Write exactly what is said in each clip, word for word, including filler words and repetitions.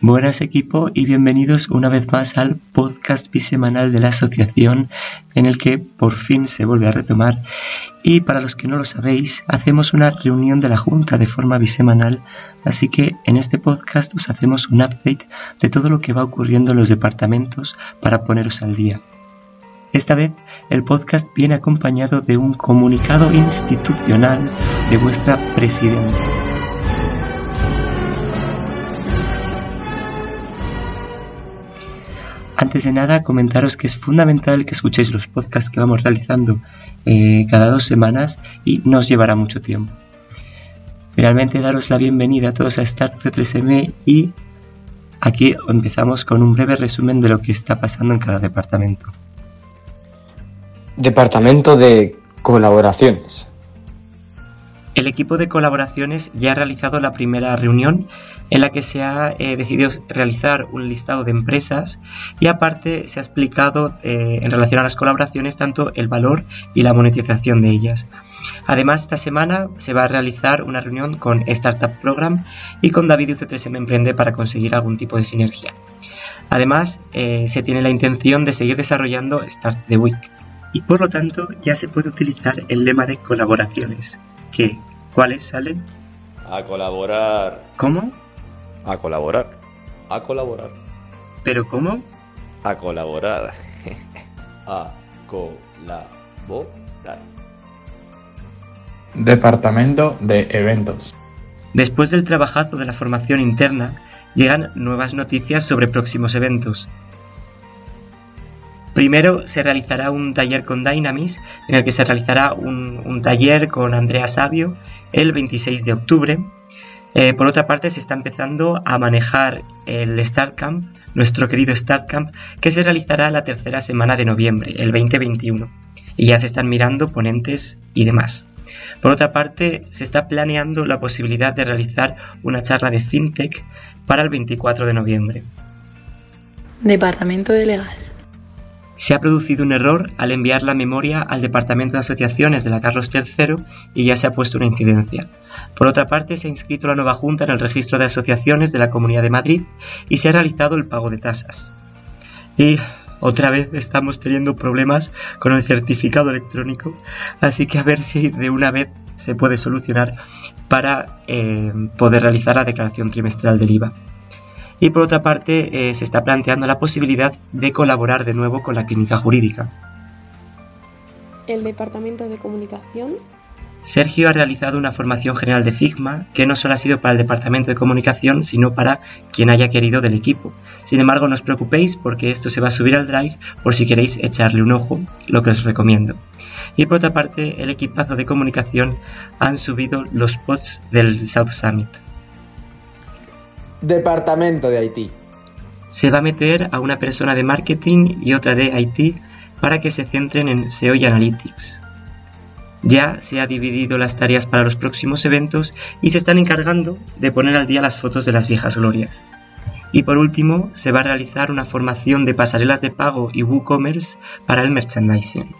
Buenas equipo y bienvenidos una vez más al podcast bisemanal de la asociación en el que por fin se vuelve a retomar y para los que no lo sabéis hacemos una reunión de la junta de forma bisemanal, así que en este podcast os hacemos un update de todo lo que va ocurriendo en los departamentos para poneros al día. Esta vez el podcast viene acompañado de un comunicado institucional de vuestra presidenta. Antes de nada, comentaros que es fundamental que escuchéis los podcasts que vamos realizando eh, cada dos semanas y no os llevará mucho tiempo. Finalmente, daros la bienvenida a todos a Start C tres M y aquí empezamos con un breve resumen de lo que está pasando en cada departamento. Departamento de Colaboraciones. El equipo de colaboraciones ya ha realizado la primera reunión en la que se ha eh, decidido realizar un listado de empresas y aparte se ha explicado eh, en relación a las colaboraciones tanto el valor y la monetización de ellas. Además, esta semana se va a realizar una reunión con Startup Program y con David de C tres M Emprende para conseguir algún tipo de sinergia. Además, eh, se tiene la intención de seguir desarrollando Start the Week y por lo tanto ya se puede utilizar el lema de colaboraciones. ¿Qué? ¿Cuáles salen? A colaborar. ¿Cómo? A colaborar. A colaborar. ¿Pero cómo? A colaborar. A colaborar. Departamento de Eventos. Después del trabajazo de la formación interna, llegan nuevas noticias sobre próximos eventos. Primero se realizará un taller con Dynamis, en el que se realizará un, un taller con Andrea Sabio el veintiséis de octubre. Eh, por otra parte, se está empezando a manejar el StartCamp, nuestro querido StartCamp, que se realizará la tercera semana de noviembre, el veinte veintiuno. Y ya se están mirando ponentes y demás. Por otra parte, se está planeando la posibilidad de realizar una charla de FinTech para el veinticuatro de noviembre. Departamento de Legal. Se ha producido un error al enviar la memoria al Departamento de Asociaciones de la Carlos tercero y ya se ha puesto una incidencia. Por otra parte, se ha inscrito la nueva Junta en el Registro de Asociaciones de la Comunidad de Madrid y se ha realizado el pago de tasas. Y otra vez estamos teniendo problemas con el certificado electrónico, así que a ver si de una vez se puede solucionar para eh, poder realizar la declaración trimestral del I V A. Y por otra parte, eh, se está planteando la posibilidad de colaborar de nuevo con la clínica jurídica. El Departamento de Comunicación. Sergio ha realizado una formación general de Figma que no solo ha sido para el Departamento de Comunicación, sino para quien haya querido del equipo. Sin embargo, no os preocupéis porque esto se va a subir al Drive por si queréis echarle un ojo, lo que os recomiendo. Y por otra parte, el equipazo de comunicación han subido los posts del South Summit. Departamento de I T. Se va a meter a una persona de marketing y otra de I T para que se centren en S E O y Analytics. Ya se ha dividido las tareas para los próximos eventos y se están encargando de poner al día las fotos de las viejas glorias. Y por último, se va a realizar una formación de pasarelas de pago y WooCommerce para el merchandising.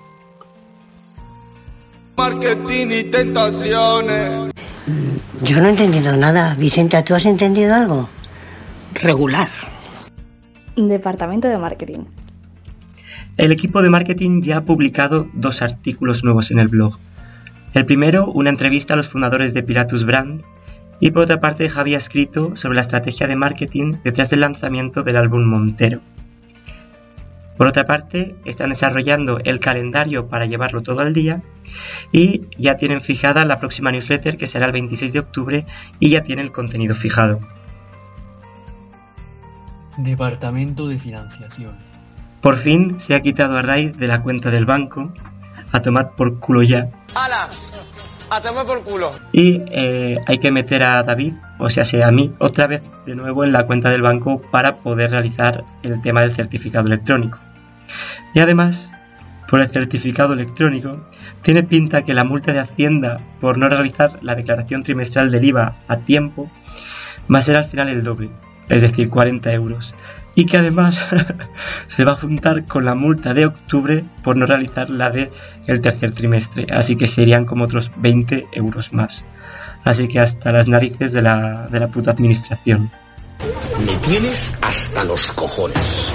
Marketing y tentaciones. Yo no he entendido nada. Vicente, ¿tú has entendido algo? Regular. Departamento de Marketing. El equipo de marketing ya ha publicado dos artículos nuevos en el blog. El primero, una entrevista a los fundadores de Pilatus Brand, y por otra parte Javi ha escrito sobre la estrategia de marketing detrás del lanzamiento del álbum Montero. Por otra parte, están desarrollando el calendario para llevarlo todo al día y ya tienen fijada la próxima newsletter que será el veintiséis de octubre y ya tiene el contenido fijado. Departamento de Financiación. Por fin se ha quitado a Raíz de la cuenta del banco, a tomar por culo ya. ¡Hala! ¡A tomar por culo! Y eh, hay que meter a David, o sea, sea a mí, otra vez de nuevo en la cuenta del banco para poder realizar el tema del certificado electrónico. Y además, por el certificado electrónico, tiene pinta que la multa de Hacienda por no realizar la declaración trimestral del I V A a tiempo va a ser al final el doble, es decir, cuarenta euros. Y que además se va a juntar con la multa de octubre por no realizar la de el tercer trimestre, así que serían como otros veinte euros más. Así que hasta las narices de la, de la puta administración. Me tienes hasta los cojones.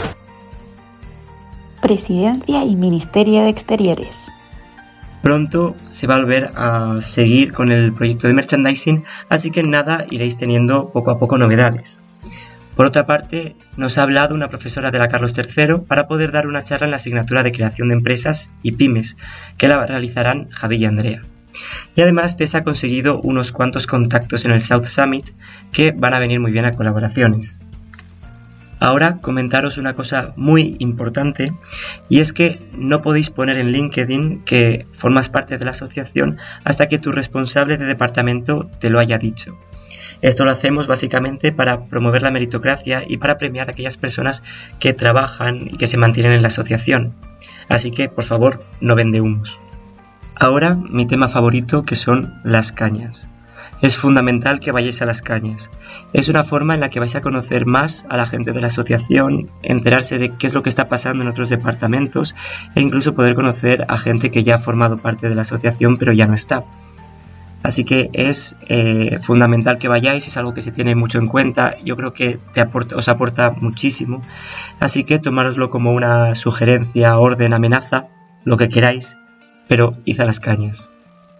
Presidencia y Ministerio de Exteriores. Pronto se va a volver a seguir con el proyecto de merchandising, así que nada, iréis teniendo poco a poco novedades. Por otra parte, nos ha hablado una profesora de la Carlos tercero para poder dar una charla en la asignatura de creación de empresas y pymes, que la realizarán Javi y Andrea. Y además Tessa ha conseguido unos cuantos contactos en el South Summit que van a venir muy bien a colaboraciones. Ahora comentaros una cosa muy importante, y es que no podéis poner en LinkedIn que formas parte de la asociación hasta que tu responsable de departamento te lo haya dicho. Esto lo hacemos básicamente para promover la meritocracia y para premiar a aquellas personas que trabajan y que se mantienen en la asociación. Así que, por favor, no vendehumos. Ahora, mi tema favorito, que son las cañas. Es fundamental que vayáis a las cañas. Es una forma en la que vais a conocer más a la gente de la asociación, enterarse de qué es lo que está pasando en otros departamentos e incluso poder conocer a gente que ya ha formado parte de la asociación pero ya no está. Así que es eh, fundamental que vayáis, es algo que se tiene mucho en cuenta, yo creo que te aporta, os aporta muchísimo, así que tomároslo como una sugerencia, orden, amenaza, lo que queráis, pero id a las cañas.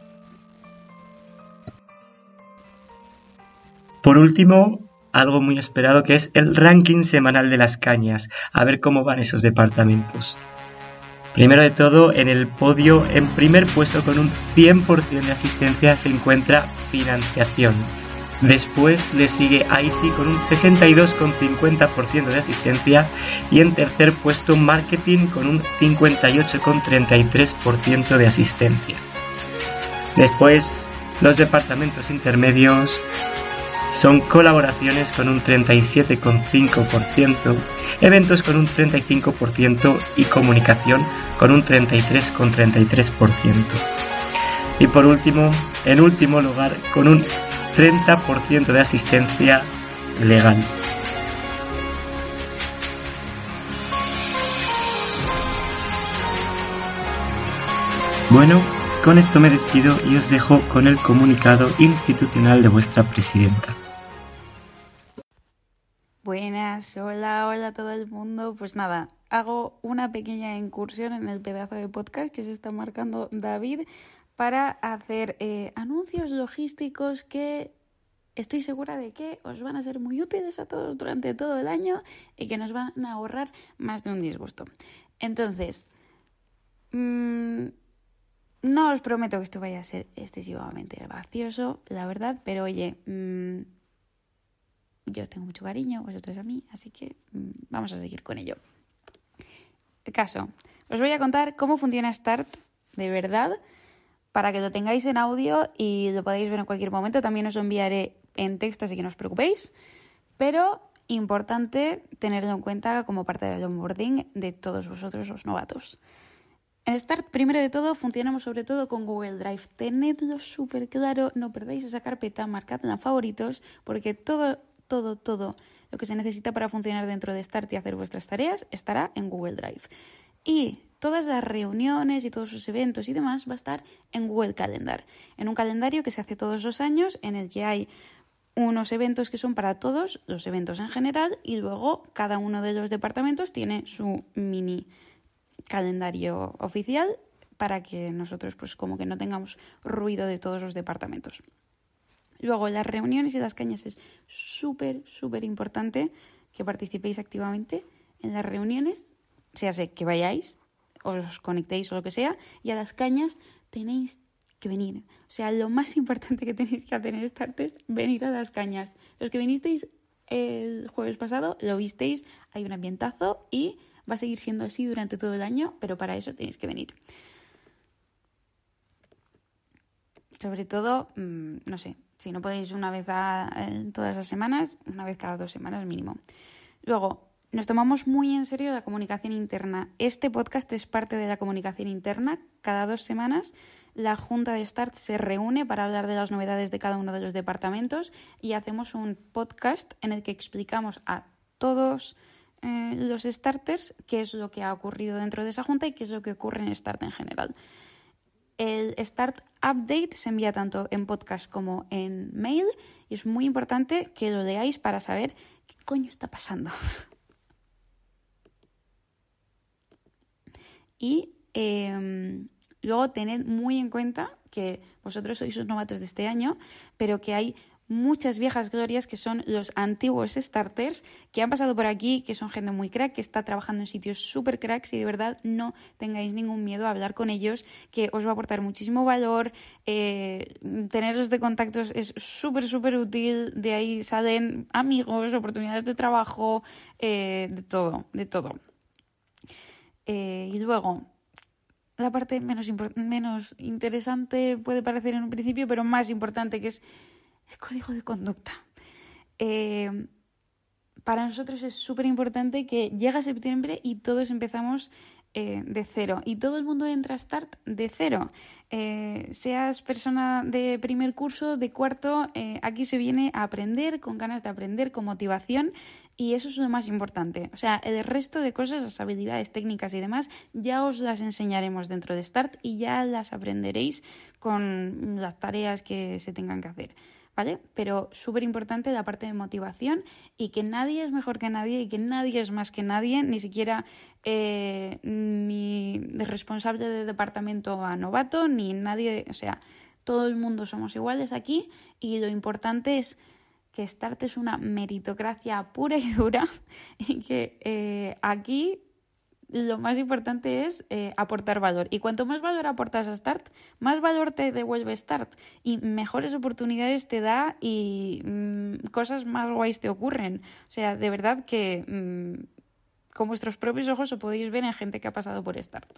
Por último, algo muy esperado que es el ranking semanal de las cañas, a ver cómo van esos departamentos. Primero de todo, en el podio, en primer puesto con un cien por ciento de asistencia se encuentra financiación. Después le sigue I T con un sesenta y dos coma cincuenta por ciento de asistencia y en tercer puesto marketing con un cincuenta y ocho coma treinta y tres por ciento de asistencia. Después, los departamentos intermedios son colaboraciones con un treinta y siete coma cinco por ciento, eventos con un treinta y cinco por ciento y comunicación con un treinta y tres coma treinta y tres por ciento. Y por último, en último lugar, con un treinta por ciento de asistencia legal. Bueno, con esto me despido y os dejo con el comunicado institucional de vuestra presidenta. Buenas, hola, hola a todo el mundo. Pues nada, hago una pequeña incursión en el pedazo de podcast que se está marcando David para hacer eh, anuncios logísticos que estoy segura de que os van a ser muy útiles a todos durante todo el año y que nos van a ahorrar más de un disgusto. Entonces, mmm, no os prometo que esto vaya a ser excesivamente gracioso, la verdad, pero oye, mmm, yo os tengo mucho cariño, vosotros a mí, así que mmm, vamos a seguir con ello. El caso, os voy a contar cómo funciona Start de verdad, para que lo tengáis en audio y lo podáis ver en cualquier momento. También os lo enviaré en texto, así que no os preocupéis, pero importante tenerlo en cuenta como parte del onboarding de todos vosotros los novatos. En Start, primero de todo, funcionamos sobre todo con Google Drive. Tenedlo súper claro, no perdáis esa carpeta, marcadla en favoritos, porque todo, todo, todo lo que se necesita para funcionar dentro de Start y hacer vuestras tareas estará en Google Drive. Y todas las reuniones y todos sus eventos y demás va a estar en Google Calendar, en un calendario que se hace todos los años, en el que hay unos eventos que son para todos los eventos en general y luego cada uno de los departamentos tiene su mini calendario oficial para que nosotros pues como que no tengamos ruido de todos los departamentos. Luego, las reuniones y las cañas es súper, súper importante que participéis activamente en las reuniones, sea sé que vayáis, os conectéis o lo que sea, y a las cañas tenéis que venir. O sea, lo más importante que tenéis que hacer en Start es venir a las cañas. Los que vinisteis el jueves pasado lo visteis, hay un ambientazo y va a seguir siendo así durante todo el año, pero para eso tenéis que venir. Sobre todo, mmm, no sé, si no podéis una vez a, eh, todas las semanas, una vez cada dos semanas mínimo. Luego, nos tomamos muy en serio la comunicación interna. Este podcast es parte de la comunicación interna. Cada dos semanas la Junta de Start se reúne para hablar de las novedades de cada uno de los departamentos y hacemos un podcast en el que explicamos a todos eh, los starters qué es lo que ha ocurrido dentro de esa junta y qué es lo que ocurre en Start en general. El Start Update se envía tanto en podcast como en mail y es muy importante que lo leáis para saber coño está pasando? Y eh, luego tened muy en cuenta que vosotros sois los novatos de este año, pero que hay muchas viejas glorias que son los antiguos starters que han pasado por aquí, que son gente muy crack, que está trabajando en sitios súper cracks, y de verdad no tengáis ningún miedo a hablar con ellos, que os va a aportar muchísimo valor. Eh, tenerlos de contactos es súper, súper útil. De ahí salen amigos, oportunidades de trabajo, eh, de todo, de todo. Eh, y luego, la parte menos, impor- menos interesante puede parecer en un principio, pero más importante, que es el código de conducta. Eh, para nosotros es súper importante que llega septiembre y todos empezamos eh, de cero. Y todo el mundo entra a Start de cero. Eh, seas persona de primer curso, de cuarto, eh, aquí se viene a aprender, con ganas de aprender, con motivación, y eso es lo más importante. O sea, el resto de cosas, las habilidades técnicas y demás, ya os las enseñaremos dentro de Start y ya las aprenderéis con las tareas que se tengan que hacer, ¿vale? Pero súper importante la parte de motivación, y que nadie es mejor que nadie y que nadie es más que nadie, ni siquiera eh, ni de responsable de departamento a novato, ni nadie, o sea, todo el mundo somos iguales aquí, y lo importante es que Start es una meritocracia pura y dura, y que eh, aquí lo más importante es eh, aportar valor. Y cuanto más valor aportas a Start, más valor te devuelve Start y mejores oportunidades te da, y mmm, cosas más guays te ocurren. O sea, de verdad que mmm, con vuestros propios ojos lo podéis ver en gente que ha pasado por Start.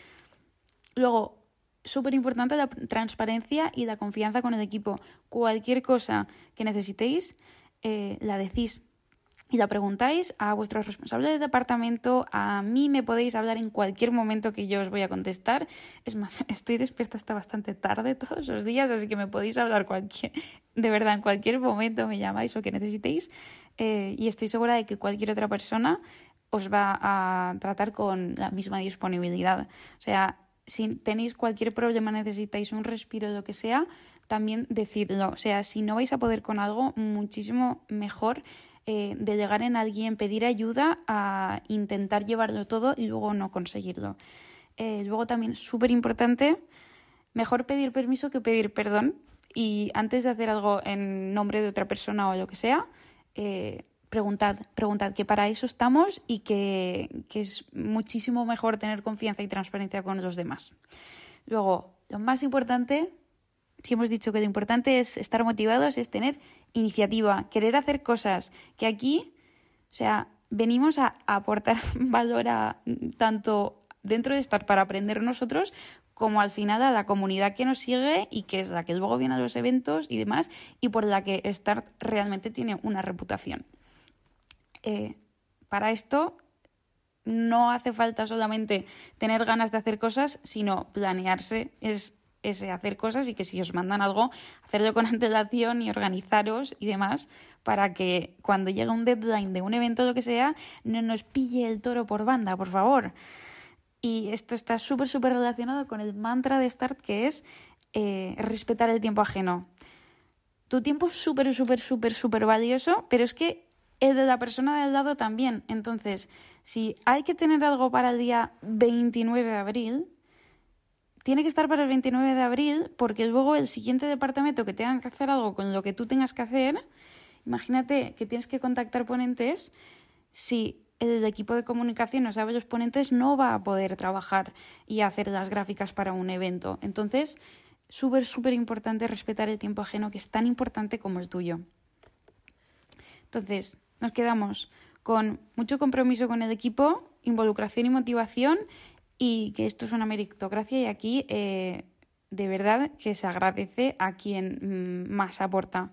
Luego, súper importante la transparencia y la confianza con el equipo. Cualquier cosa que necesitéis, eh, la decís y la preguntáis a vuestro responsable de departamento. A mí me podéis hablar en cualquier momento que yo os voy a contestar. Es más, estoy despierta hasta bastante tarde todos los días, así que me podéis hablar cualquier, de verdad, en cualquier momento me llamáis o que necesitéis. Eh, y estoy segura de que cualquier otra persona os va a tratar con la misma disponibilidad. O sea, si tenéis cualquier problema, necesitáis un respiro, lo que sea, también decidlo. O sea, si no vais a poder con algo, muchísimo mejor eh, delegar en alguien, pedir ayuda, a intentar llevarlo todo y luego no conseguirlo. Eh, luego también, súper importante, mejor pedir permiso que pedir perdón. Y antes de hacer algo en nombre de otra persona o lo que sea, eh, Preguntad, preguntad, que para eso estamos, y que, que es muchísimo mejor tener confianza y transparencia con los demás. Luego, lo más importante, si hemos dicho que lo importante es estar motivados, es tener iniciativa, querer hacer cosas, que aquí, o sea, venimos a, a aportar valor a tanto dentro de Start para aprender nosotros, como al final a la comunidad que nos sigue y que es la que luego viene a los eventos y demás, y por la que Start realmente tiene una reputación. Eh, para esto no hace falta solamente tener ganas de hacer cosas, sino planearse, es ese hacer cosas, y que si os mandan algo, hacerlo con antelación y organizaros y demás, para que cuando llegue un deadline de un evento o lo que sea, no nos pille el toro por banda, por favor. Y esto está súper, súper relacionado con el mantra de Start, que es eh, respetar el tiempo ajeno. Tu tiempo es súper, súper, súper, súper valioso, pero es que el de la persona de al lado también. Entonces, si hay que tener algo para el día veintinueve de abril, tiene que estar para el veintinueve de abril, porque luego el siguiente departamento que tenga que hacer algo con lo que tú tengas que hacer, imagínate que tienes que contactar ponentes, si el equipo de comunicación no sabe los ponentes, no va a poder trabajar y hacer las gráficas para un evento. Entonces, súper, súper importante respetar el tiempo ajeno, que es tan importante como el tuyo. Entonces, nos quedamos con mucho compromiso con el equipo, involucración y motivación, y que esto es una meritocracia, y aquí eh, de verdad que se agradece a quien mm, más aporta.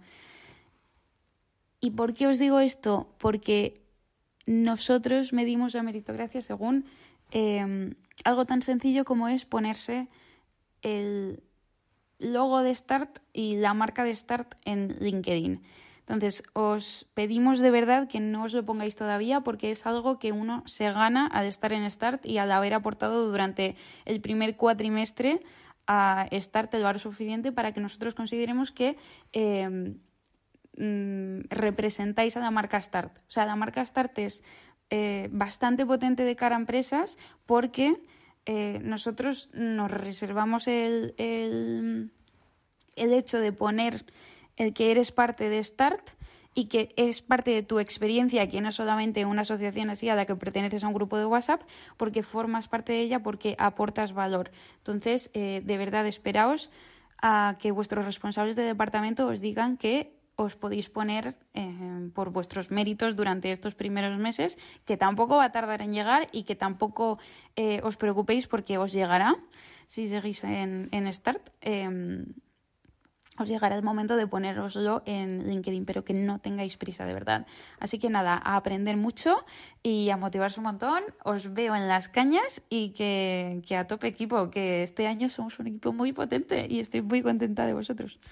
¿Y por qué os digo esto? Porque nosotros medimos la meritocracia según eh, algo tan sencillo como es ponerse el logo de Start y la marca de Start en LinkedIn. Entonces, os pedimos de verdad que no os lo pongáis todavía, porque es algo que uno se gana al estar en Start y al haber aportado durante el primer cuatrimestre a Start el valor suficiente para que nosotros consideremos que eh, mmm, representáis a la marca Start. O sea, la marca Start es eh, bastante potente de cara a empresas porque eh, nosotros nos reservamos el, el, el hecho de poner el que eres parte de Start y que es parte de tu experiencia, que no es solamente una asociación así a la que perteneces a un grupo de WhatsApp, porque formas parte de ella, porque aportas valor. Entonces, eh, de verdad, esperaos a que vuestros responsables de departamento os digan que os podéis poner eh, por vuestros méritos durante estos primeros meses, que tampoco va a tardar en llegar y que tampoco eh, os preocupéis porque os llegará si seguís en, en Start. Eh, os llegará el momento de ponéroslo en LinkedIn, pero que no tengáis prisa, de verdad. Así que nada, a aprender mucho y a motivarse un montón. Os veo en las cañas y que, que a tope equipo, que este año somos un equipo muy potente y estoy muy contenta de vosotros.